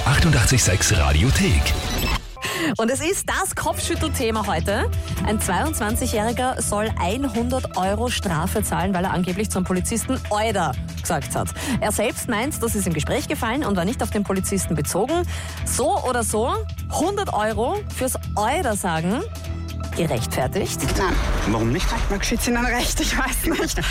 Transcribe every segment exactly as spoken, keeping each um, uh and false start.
achtundachtzig Komma sechs Radiothek. Und es ist das Kopfschüttelthema heute. Ein zweiundzwanzigjähriger soll hundert Euro Strafe zahlen, weil er angeblich zum Polizisten Euder gesagt hat. Er selbst meint, das ist im Gespräch gefallen und war nicht auf den Polizisten bezogen. So oder so, hundert Euro fürs Euder sagen. Gerechtfertigt? Nein. Warum nicht? Man geschützt ihnen recht, ich weiß nicht.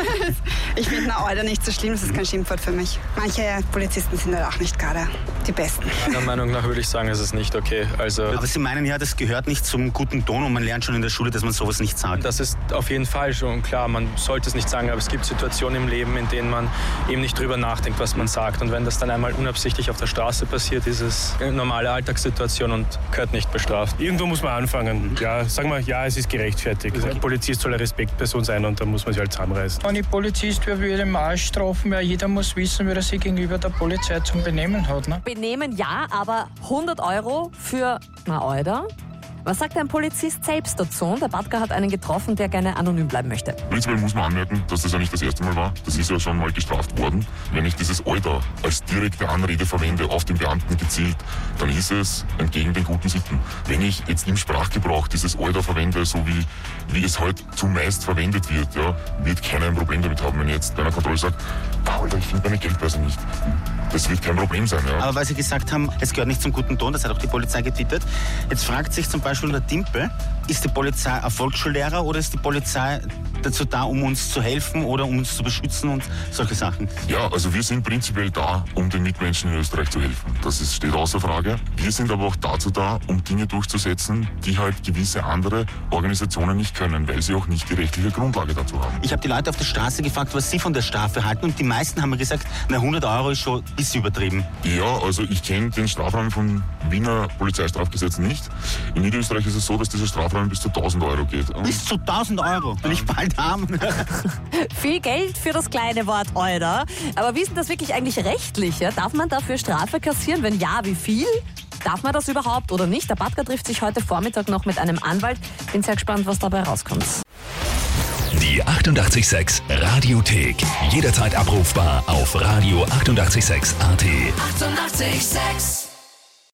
Ich finde eine Euder nicht so schlimm, das ist kein Schimpfwort für mich. Manche Polizisten sind halt auch nicht gerade die Besten. Meiner Meinung nach würde ich sagen, es ist nicht okay. Also Aber Sie meinen ja, das gehört nicht zum guten Ton und man lernt schon in der Schule, dass man sowas nicht sagt. das ist auf jeden Fall schon klar, man sollte es nicht sagen, aber es gibt Situationen im Leben, in denen man eben nicht drüber nachdenkt, was man sagt. Und wenn das dann einmal unabsichtlich auf der Straße passiert, ist es eine normale Alltagssituation und gehört nicht bestraft. Irgendwo muss man anfangen. Ja, sagen wir, ja, es ist gerechtfertigt. Ein Polizist soll eine Respektperson sein und da muss man sich halt zusammenreißen. Wenn ich Polizist wäre, würde ich mal strafen, weil jeder muss wissen, wie er sich gegenüber der Polizei zum Benehmen hat. Ne? Benehmen ja, aber hundert Euro für na Euder? Was sagt ein Polizist selbst dazu? Der Badger hat einen getroffen, der gerne anonym bleiben möchte. Prinzipiell muss man anmerken, dass das ja nicht das erste Mal war. Das ist ja schon mal gestraft worden. Wenn ich dieses Euder als direkte Anrede verwende, auf den Beamten gezielt, dann ist es entgegen den guten Sitten. Wenn ich jetzt im Sprachgebrauch dieses Euder verwende, so wie, wie es heute zumeist verwendet wird, ja, wird keiner ein Problem damit haben, wenn ich jetzt bei einer Kontrolle sage, Alter, ich finde meine Geldbörse nicht. Das wird kein Problem sein. Ja. Aber weil Sie gesagt haben, es gehört nicht zum guten Ton, das hat auch die Polizei getwittert. Jetzt fragt sich zum Beispiel der Dimpel, ist die Polizei ein Volksschullehrer oder ist die Polizei dazu da, um uns zu helfen oder um uns zu beschützen und solche Sachen? Ja, also wir sind prinzipiell da, um den Mitmenschen in Österreich zu helfen. Das ist, steht außer Frage. Wir sind aber auch dazu da, um Dinge durchzusetzen, die halt gewisse andere Organisationen nicht können, weil sie auch nicht die rechtliche Grundlage dazu haben. Ich habe die Leute auf der Straße gefragt, was sie von der Strafe halten und die meisten haben mir gesagt, na hundert Euro ist schon ein bisschen übertrieben. Ja, also ich kenne den Strafrahmen vom Wiener Polizeistrafgesetz nicht. In Niederösterreich ist es so, dass dieser Strafrahmen bis zu tausend Euro geht. Und Bis zu tausend Euro, wenn ich bald arm. Viel Geld für das kleine Wort Euder. Aber wie ist denn das wirklich eigentlich rechtlich? Ja? Darf man dafür Strafe kassieren? Wenn ja, wie viel? Darf man das überhaupt oder nicht? Der Badger trifft sich heute Vormittag noch mit einem Anwalt. Bin sehr gespannt, was dabei rauskommt. Die achtundachtzig Komma sechs Radiothek. Jederzeit abrufbar auf radio achtundachtzig Komma sechs A T. achtundachtzig Komma sechs